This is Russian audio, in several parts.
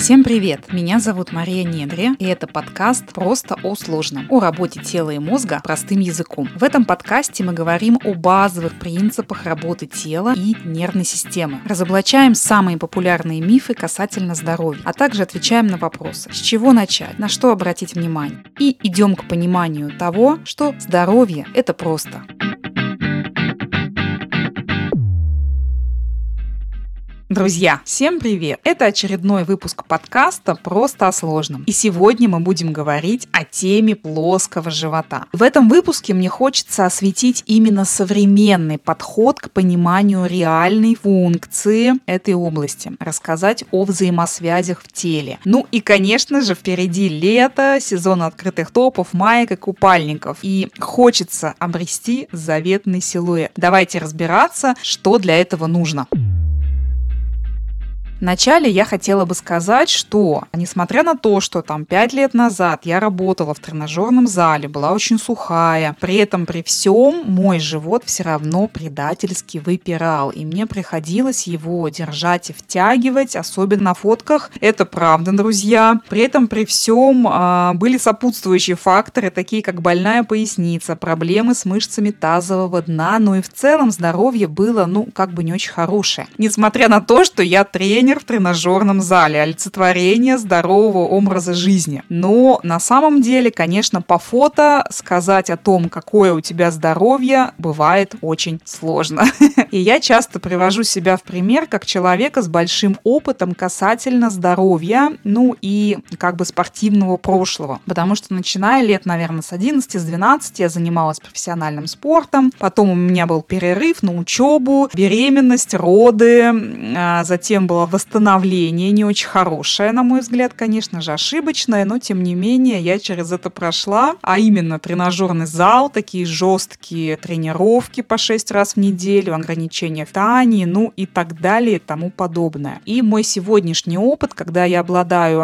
Всем привет! Меня зовут Мария Недри, и это подкаст «Просто о сложном» о работе тела и мозга простым языком. В этом подкасте мы говорим о базовых принципах работы тела и нервной системы, разоблачаем самые популярные мифы касательно здоровья, а также отвечаем на вопросы, с чего начать, на что обратить внимание, и идем к пониманию того, что здоровье – это просто. Друзья, всем привет! Это очередной выпуск подкаста «Просто о сложном». И сегодня мы будем говорить о теме плоского живота. В этом выпуске мне хочется осветить именно современный подход к пониманию реальной функции этой области, рассказать о взаимосвязях в теле. Ну и, конечно же, впереди лето, сезон открытых топов, маек и купальников. И хочется обрести заветный силуэт. Давайте разбираться, что для этого нужно. Вначале я хотела бы сказать, что, несмотря на то, что 5 лет назад я работала в тренажерном зале, была очень сухая, при этом при всем мой живот все равно предательски выпирал, и мне приходилось его держать и втягивать, особенно на фотках. Это правда, друзья. При этом при всем были сопутствующие факторы, такие как больная поясница, проблемы с мышцами тазового дна, но и в целом здоровье было, не очень хорошее. Несмотря на то, что я тренер в тренажерном зале, олицетворение здорового образа жизни. Но на самом деле, конечно, по фото сказать о том, какое у тебя здоровье, бывает очень сложно. И я часто привожу себя в пример как человека с большим опытом касательно здоровья, и спортивного прошлого. Потому что начиная лет, наверное, с 11, с 12 я занималась профессиональным спортом, потом у меня был перерыв на учебу, беременность, роды, затем было восстановление, не очень хорошее, на мой взгляд, конечно же, ошибочное, но тем не менее я через это прошла, а именно тренажерный зал, такие жесткие тренировки по 6 раз в неделю, ограничения в питании, и так далее и тому подобное. И мой сегодняшний опыт, когда я обладаю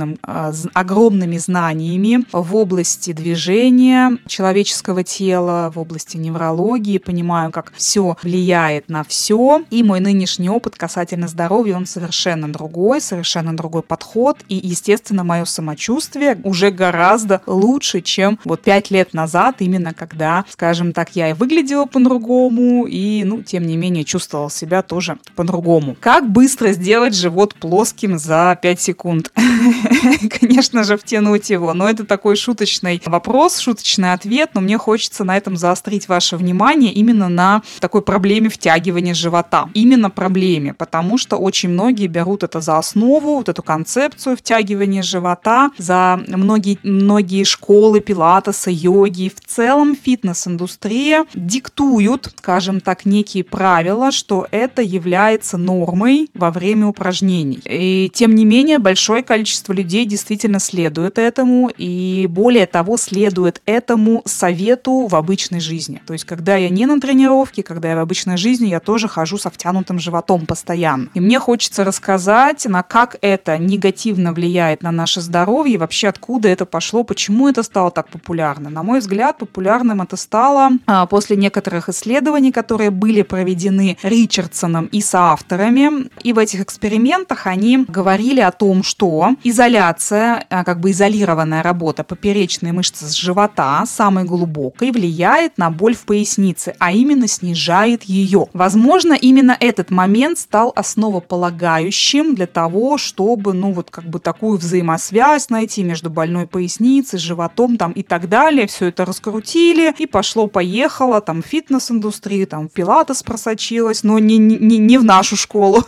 огромными знаниями в области движения человеческого тела, в области неврологии, понимаю, как все влияет на все, и мой нынешний опыт касательно здоровья, он совершенно другой подход, и, естественно, мое самочувствие уже гораздо лучше, чем 5 лет назад, именно когда, скажем так, я и выглядела по-другому, и, тем не менее, чувствовала себя тоже по-другому. Как быстро сделать живот плоским за 5 секунд? Конечно же, втянуть его, но это такой шуточный вопрос, шуточный ответ, но мне хочется на этом заострить ваше внимание именно на такой проблеме втягивания живота. Именно проблеме, потому что очень многие берут это за основу, эту концепцию втягивания живота, за многие школы пилатеса, йоги, в целом фитнес-индустрия диктуют, скажем так, некие правила, что это является нормой во время упражнений. И тем не менее, большое количество людей действительно следует этому, и более того, следует этому совету в обычной жизни. То есть, когда я не на тренировке, когда я в обычной жизни, я тоже хожу со втянутым животом постоянно. И мне хочется рассказать, как это негативно влияет на наше здоровье, и вообще откуда это пошло, почему это стало так популярно. На мой взгляд, популярным это стало после некоторых исследований, которые были проведены Ричардсоном и соавторами. И в этих экспериментах они говорили о том, что изоляция, изолированная работа поперечной мышцы с живота, самой глубокой, влияет на боль в пояснице, а именно снижает ее. Возможно, именно этот момент стал основополагающим для того, чтобы, такую взаимосвязь найти между больной поясницей, животом и так далее. Все это раскрутили, и пошло-поехало, фитнес-индустрия, пилатес просочилась, но не в нашу школу.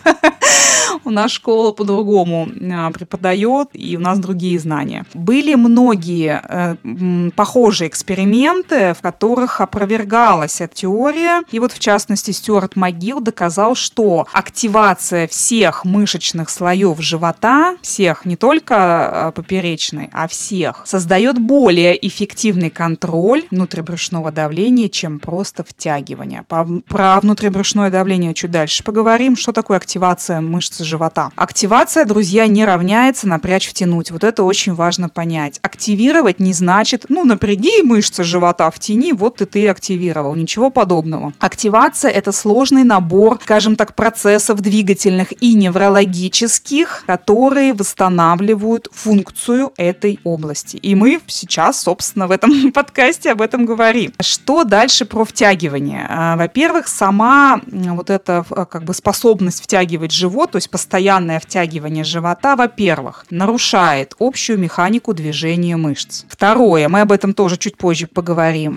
У нас школа по-другому преподает, и у нас другие знания. Были многие похожие эксперименты, в которых опровергалась эта теория. И в частности, Стюарт Магилл доказал, что активация всех мышечных слоев живота, всех, не только поперечной, а всех, создает более эффективный контроль внутрибрюшного давления, чем просто втягивание. Про внутрибрюшное давление чуть дальше поговорим. Что такое активация мышц живота? живота. Активация, друзья, не равняется напрячь, втянуть. Вот это очень важно понять. Активировать не значит, напряги мышцы живота, втяни, вот и ты активировал. Ничего подобного. Активация – это сложный набор, скажем так, процессов двигательных и неврологических, которые восстанавливают функцию этой области. И мы сейчас, собственно, в этом подкасте об этом говорим. Что дальше про втягивание? Во-первых, сама вот эта способность втягивать живот, то есть постоянное втягивание живота, во-первых, нарушает общую механику движения мышц. Второе, мы об этом тоже чуть позже поговорим.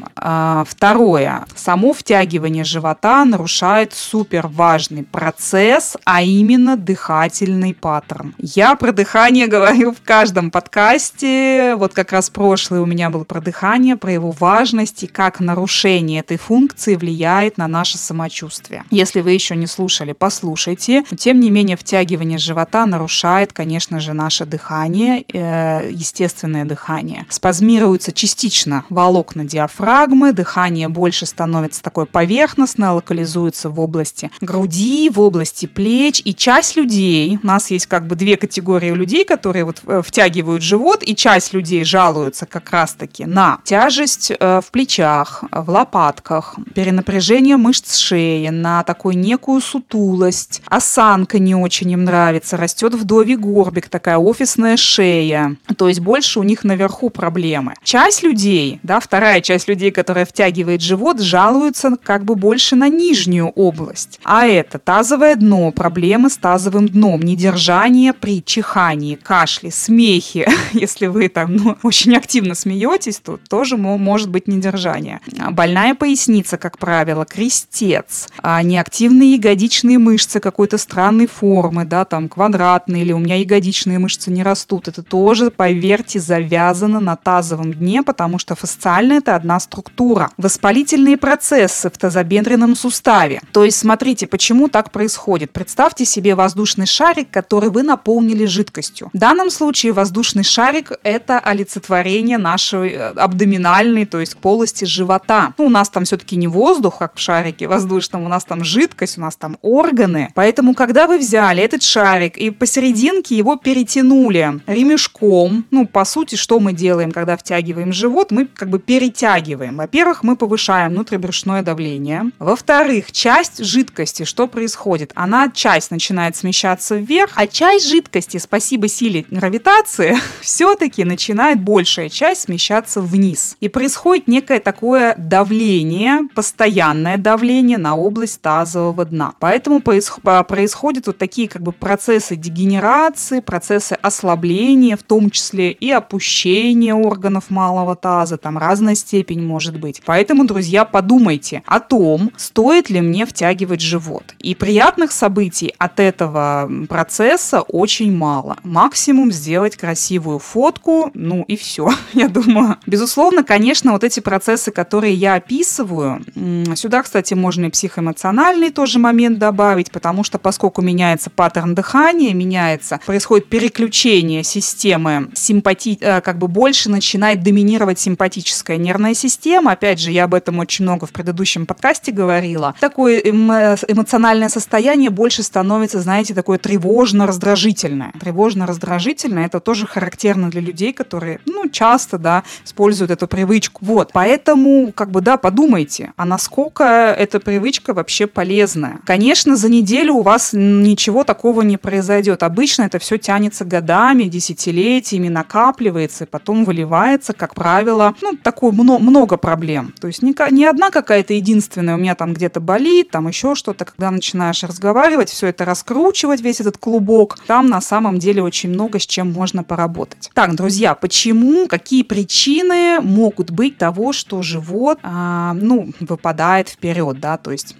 Второе, само втягивание живота нарушает супер важный процесс, а именно дыхательный паттерн. Я про дыхание говорю в каждом подкасте. Вот как раз прошлый у меня был про дыхание, про его важность и как нарушение этой функции влияет на наше самочувствие. Если вы еще не слушали, послушайте. Но, тем не менее, втягивание живота нарушает, конечно же, наше дыхание, естественное дыхание. Спазмируются частично волокна диафрагмы, дыхание больше становится такое поверхностное, локализуется в области груди, в области плеч. И часть людей, у нас есть две категории людей, которые втягивают живот, и часть людей жалуются как раз-таки на тяжесть в плечах, в лопатках, перенапряжение мышц шеи, на такую некую сутулость. Осанка не очень им нравится, растет вдовий горбик, такая офисная шея. То есть больше у них наверху проблемы. Часть людей, вторая часть людей, которая втягивает живот, жалуются больше на нижнюю область. А это тазовое дно, проблемы с тазовым дном, недержание при чихании, кашле, смехе. Если вы очень активно смеетесь, то тоже может быть недержание. Больная поясница, как правило, крестец, неактивные ягодичные мышцы какой-то странной формы, квадратные, или у меня ягодичные мышцы не растут. Это тоже, поверьте, завязано на тазовом дне, потому что фасциально это одна структура. Воспалительные процессы в тазобедренном суставе. То есть, смотрите, почему так происходит. Представьте себе воздушный шарик, который вы наполнили жидкостью. В данном случае воздушный шарик – это олицетворение нашей абдоминальной, то есть полости живота. У нас там все-таки не воздух, как в шарике воздушном, у нас там жидкость, у нас там органы. Поэтому, когда вы взяли этот шарик и посерединке его перетянули ремешком, по сути, что мы делаем, когда втягиваем живот? Мы перетягиваем. Во-первых, мы повышаем внутрибрюшное давление. Во-вторых, часть жидкости, что происходит? Часть начинает смещаться вверх, а часть жидкости, спасибо силе гравитации, все-таки начинает большая часть смещаться вниз. И происходит некое такое давление, постоянное давление на область тазового дна. Поэтому происходят вот такие процессы дегенерации, процессы ослабления, в том числе и опущения органов малого таза, разная степень может быть. Поэтому, друзья, подумайте о том, стоит ли мне втягивать живот. И приятных событий от этого процесса очень мало. Максимум сделать красивую фотку, и все, я думаю. Безусловно, конечно, вот эти процессы, которые я описываю, сюда, кстати, можно и психоэмоциональный тоже момент добавить, потому что поскольку меняется паттерн дыхания, происходит переключение системы больше начинает доминировать симпатическая нервная система. Опять же, я об этом очень много в предыдущем подкасте говорила. Такое эмоциональное состояние больше становится, такое тревожно-раздражительное. Тревожно-раздражительное – это тоже характерно для людей, которые, часто, используют эту привычку. Поэтому, подумайте, а насколько эта привычка вообще полезная. Конечно, за неделю у вас ничего такого не произойдет. Обычно это все тянется годами, десятилетиями, накапливается и потом выливается, как правило, такое много проблем. То есть не одна какая-то единственная у меня где-то болит, еще что-то. Когда начинаешь разговаривать, все это раскручивать, весь этот клубок, там на самом деле очень много с чем можно поработать. Так, друзья, какие причины могут быть того, что живот, выпадает вперед, то есть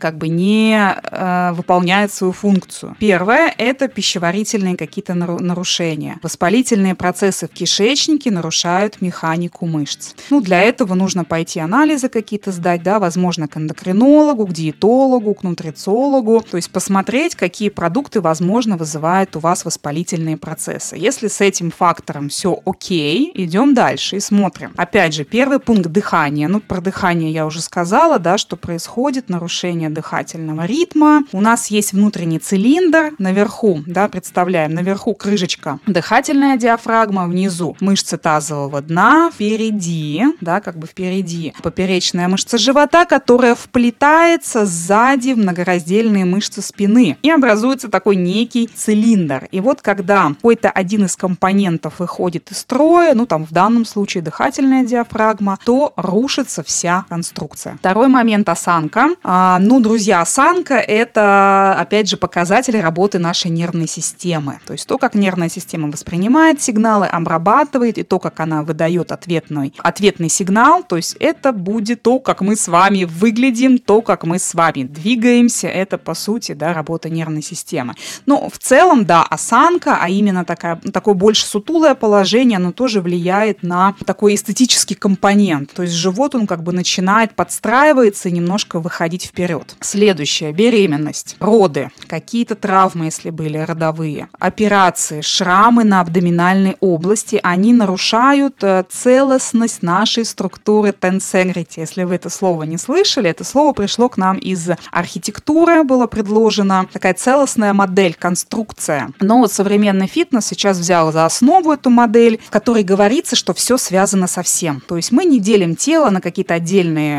не выполняет свою функцию. Первое – это пищеварительные какие-то нарушения. Воспалительные процессы в кишечнике нарушают механику мышц. Для этого нужно пойти анализы какие-то сдать, возможно, к эндокринологу, к диетологу, к нутрициологу, то есть посмотреть, какие продукты, возможно, вызывают у вас воспалительные процессы. Если с этим фактором все окей, идем дальше и смотрим. Опять же, первый пункт – дыхание. Про дыхание я уже сказала, что происходит нарушение дыхательного ритма. У нас есть внутренний цилиндр, наверху, да, представляем, наверху крышечка, дыхательная диафрагма, внизу мышцы тазового дна, впереди, да, как бы впереди поперечная мышца живота, которая вплетается сзади в многораздельные мышцы спины и образуется такой некий цилиндр. И вот когда какой-то один из компонентов выходит из строя, ну там в данном случае дыхательная диафрагма, то рушится вся конструкция. Второй момент — осанка. Друзья, осанка — это, опять же, показатель работы нашей нервной системы. То есть то, как нервная система воспринимает сигналы, обрабатывает, и то, как она выдает ответный сигнал, то есть это будет то, как мы с вами выглядим, то, как мы с вами двигаемся, это, по сути, да, работа нервной системы. Но в целом, да, осанка, а именно такое больше сутулое положение, оно тоже влияет на такой эстетический компонент. То есть живот, он как бы начинает подстраиваться и немножко выходить вперед. Следующее — беременность, роды, какие-то травмы, если были родовые, операции, шрамы на абдоминальной области, они нарушают целостность нашей структуры тенсегрити. Если вы это слово не слышали, это слово пришло к нам из архитектуры, было предложено такая целостная модель, конструкция. Но вот современный фитнес сейчас взял за основу эту модель, в которой говорится, что все связано со всем. То есть мы не делим тело на какие-то отдельные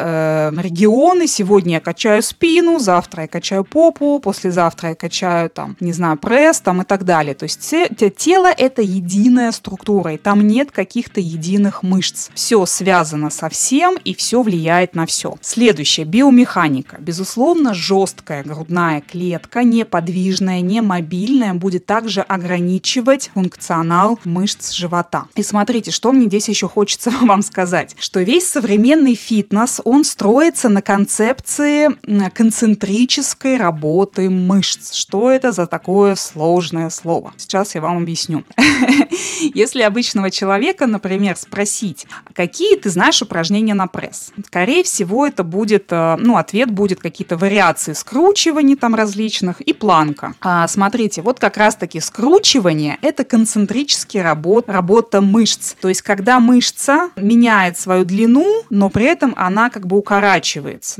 регионы. Сегодня я качаю спину, завтра я качаю попу, послезавтра я качаю, пресс, и так далее. То есть тело — это единая структура, и там нет каких-то единых мышц. Все связано со всем, и все влияет на все. Следующее — биомеханика. Безусловно, жесткая грудная клетка, неподвижная, немобильная, будет также ограничивать функционал мышц живота. И смотрите, что мне здесь еще хочется вам сказать, что весь современный фитнес, он строится на концепции концентрической работы мышц. Что это за такое сложное слово? Сейчас я вам объясню. Если обычного человека, например, спросить, какие ты знаешь упражнения на пресс, скорее всего, это будет, ответ будет какие-то вариации скручиваний там различных и планка. Смотрите, вот как раз-таки скручивание — это концентрическая работа мышц. То есть, когда мышца меняет свою длину, но при этом она как бы укорачивается.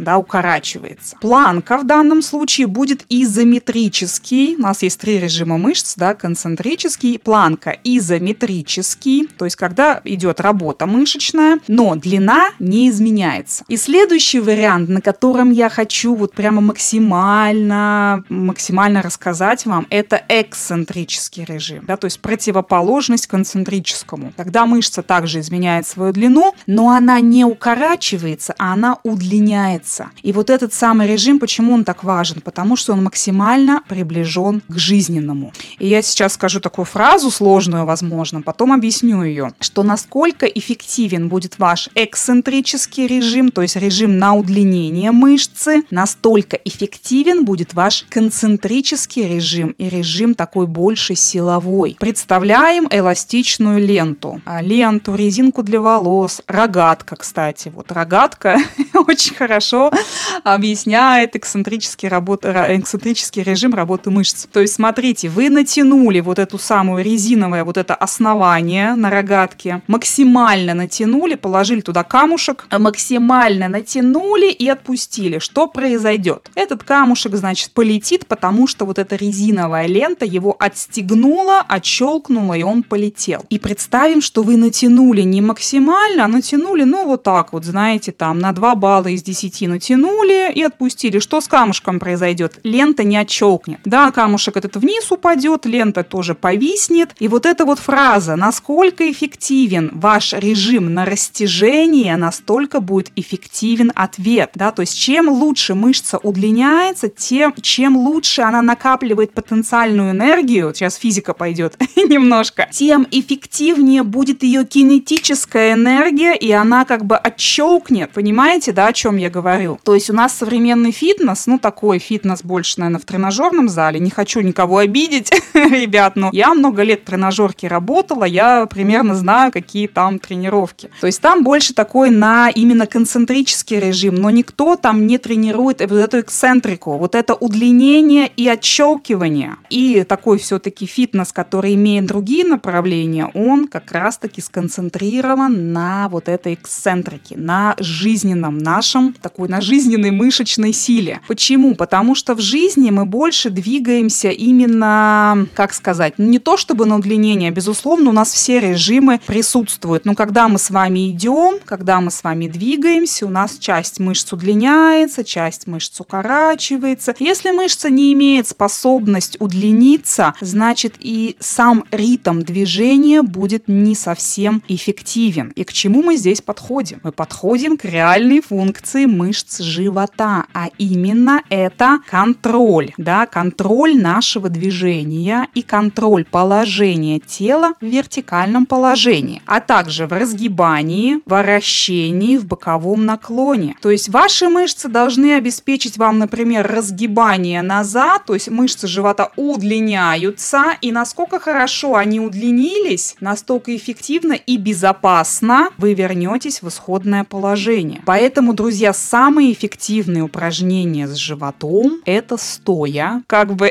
Планка в данном случае будет изометрический. У нас есть 3 режима мышц, да, концентрический, планка, изометрический, то есть когда идет работа мышечная, но длина не изменяется. И следующий вариант, на котором я хочу вот прямо максимально рассказать вам, это эксцентрический режим, да, то есть противоположность концентрическому. Когда мышца также изменяет свою длину, но она не укорачивается, а она удлиняется. И вот этот самый режим, почему он так важен? Потому что он максимально приближен к жизненному. И я сейчас скажу такую фразу сложную, возможно, потом объясню ее, что насколько эффективен будет ваш эксцентрический режим, то есть режим на удлинение мышцы, настолько эффективен будет ваш концентрический режим и режим такой больше силовой. Представляем эластичную ленту, резинку для волос, рогатка, кстати. Вот рогатка очень хорошо объясняет эксцентрический режим работы мышц. То есть, смотрите, вы натянули вот эту самую резиновое вот это основание на рогатке, максимально натянули, положили туда камушек, максимально натянули и отпустили. Что произойдет? Этот камушек, значит, полетит, потому что вот эта резиновая лента его отстегнула, отщелкнула, и он полетел. И представим, что вы натянули не максимально, а натянули, вот так вот, знаете, там на 2 балла из 10 натянули и отпустили. Что с камушком произойдет? Лента не отщелкнет. Да, камушек этот вниз упадет, лента тоже повиснет. И вот эта вот фраза, насколько эффективен ваш режим на растяжение, настолько будет эффективен ответ. Да? То есть чем лучше мышца удлиняется, чем лучше она накапливает потенциальную энергию, сейчас физика пойдет немножко, тем эффективнее будет ее кинетическая энергия, и она как бы отщелкнет. Понимаете, да, о чем я говорю? То есть у нас современный фитнес, такой фитнес больше, наверное, в тренажерном зале. Не хочу никого обидеть, ребят, но я много лет в тренажерке работала, я примерно знаю, какие там тренировки. То есть там больше такой на именно концентрический режим, но никто там не тренирует вот эту эксцентрику, вот это удлинение и отщелкивание. И такой все-таки фитнес, который имеет другие направления, он как раз-таки сконцентрирован на вот этой эксцентрике, на жизненном, нашем, такой на жизненной мышечной силе. Почему? Потому что в жизни мы больше двигаемся именно, как сказать, не то чтобы на удлинение, безусловно, у нас все режимы присутствуют, но когда мы с вами идем, когда мы с вами двигаемся, у нас часть мышц удлиняется, часть мышц укорачивается. Если мышца не имеет способность удлиниться, значит и сам ритм движения будет не совсем эффективен. И к чему мы здесь подходим? Мы подходим к реальной функции мышц живота, а именно это контроль, да, контроль нашего движения и контроль положения тела в вертикальном положении, а также в разгибании, в вращении, в боковом наклоне. То есть ваши мышцы должны обеспечить вам, например, разгибание назад, то есть мышцы живота удлиняются, и насколько хорошо они удлинились, настолько эффективно и безопасно вы вернетесь в исходное положение. Поэтому, друзья, самые эффективные упражнения с животом – это стоя. Как бы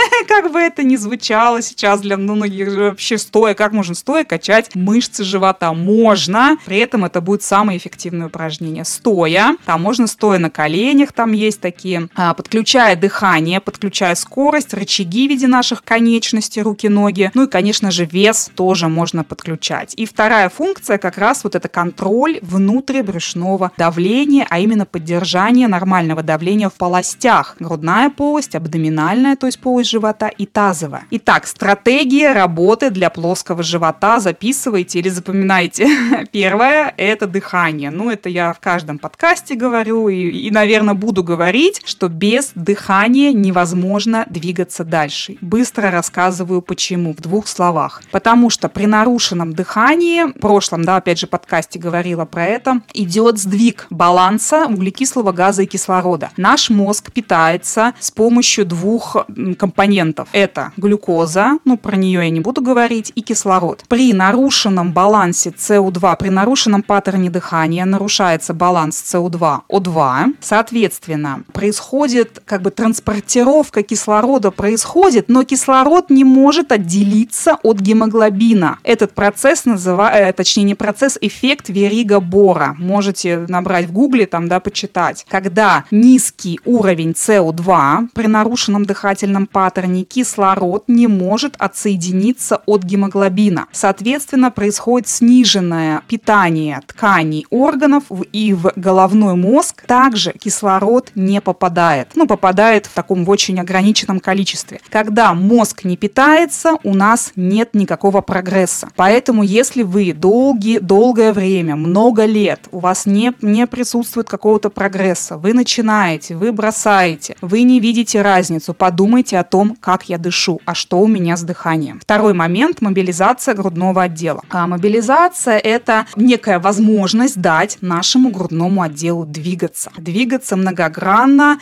это ни звучало сейчас для многих, вообще стоя, как можно стоя качать мышцы живота? Можно, при этом это будет самое эффективное упражнение. Стоя, там можно стоя на коленях, там есть такие, подключая дыхание, подключая скорость, рычаги в виде наших конечностей, руки, ноги, ну и, конечно же, вес тоже можно подключать. И вторая функция как раз вот это контроль внутрибрюшного давления, а именно поддержание нормального давления в полостях. Грудная полость, абдоминальная, то есть полость живота, и тазовая. Итак, стратегия работы для плоского живота. Записывайте или запоминайте. Первое – это дыхание. Ну, это я в каждом подкасте говорю и, наверное, буду говорить, что без дыхания невозможно двигаться дальше. Быстро рассказываю, почему, в 2 словах. Потому что при нарушенном дыхании, в прошлом, да, опять же, подкасте говорила про это, идет сдвиг баланса углекислого газа и кислорода. Наш мозг питается с помощью 2 компонентов. Это глюкоза, ну, про нее я не буду говорить, и кислород. При нарушенном балансе СО2, при нарушенном паттерне дыхания нарушается баланс СО2, О2. Соответственно, происходит как бы транспортировка кислорода происходит, но кислород не может отделиться от гемоглобина. Этот процесс точнее не процесс, эффект Верига-Бора. Можете набрать в гугле, там, да, почитать. Когда низкий уровень СО2 при нарушенном дыхательном паттерне, кислород не может отсоединиться от гемоглобина. Соответственно, происходит сниженное питание тканей органов и в головной мозг. Также кислород не попадает. Ну, попадает в очень ограниченном количестве. Когда мозг не питается, у нас нет никакого прогресса. Поэтому, если вы долгое время, много лет, у вас не присутствует какого-то прогресса, вы начинаете, вы бросаете, вы не видите разницу, подумайте о том, как я дышу, а что у меня с дыханием. Второй момент – мобилизация грудного отдела. Мобилизация – это некая возможность дать нашему грудному отделу двигаться. Двигаться многогранно,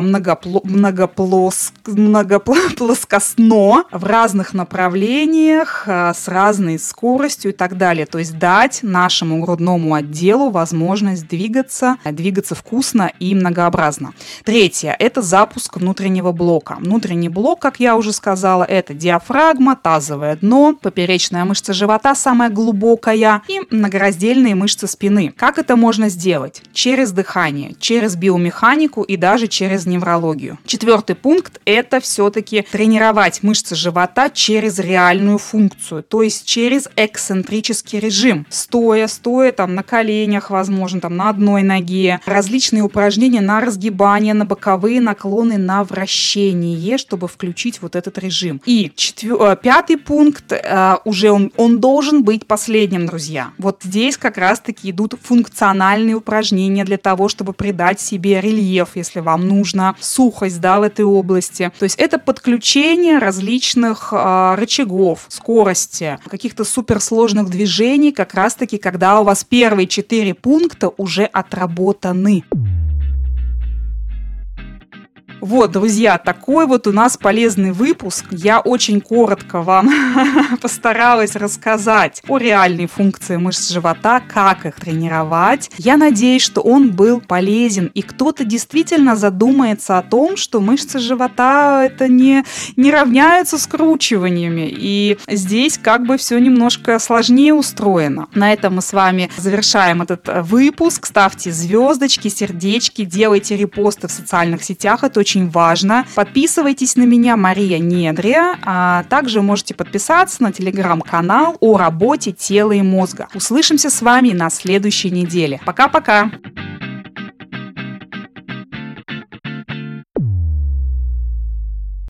многоплоскостно, в разных направлениях, с разной скоростью и так далее. То есть дать нашему грудному отделу возможность двигаться вкусно и многообразно. Третье – это запуск внутреннего блока. Внутренний блок, как я уже сказала, это диафрагма, тазовое дно, поперечная мышца живота, самая глубокая, и многораздельные мышцы спины. Как это можно сделать? Через дыхание, через биомеханику и даже через неврологию. 4 пункт – это все-таки тренировать мышцы живота через реальную функцию, то есть через эксцентрический режим. Стоя там на коленях, возможно, там на одной ноге. Различные упражнения на разгибание, на боковые наклоны, на вращение, чтобы включить вот этот режим. И 5 пункт, уже он должен быть последним, друзья. Вот здесь как раз-таки идут функциональные упражнения для того, чтобы придать себе рельеф, если вам нужна сухость, да, в этой области. То есть это подключение различных рычагов, скорости, каких-то суперсложных движений, как раз-таки, когда у вас первые 4 пункта уже отработаны. Вот, друзья, такой вот у нас полезный выпуск. Я очень коротко вам постаралась рассказать о реальной функции мышц живота, как их тренировать. Я надеюсь, что он был полезен, и кто-то действительно задумается о том, что мышцы живота это не равняются скручиваниями, и здесь как бы все немножко сложнее устроено. На этом мы с вами завершаем этот выпуск. Ставьте звездочки, сердечки, делайте репосты в социальных сетях, это очень важно. Подписывайтесь на меня, Мария Недря, а также можете подписаться на телеграм-канал о работе тела и мозга. Услышимся с вами на следующей неделе. Пока-пока!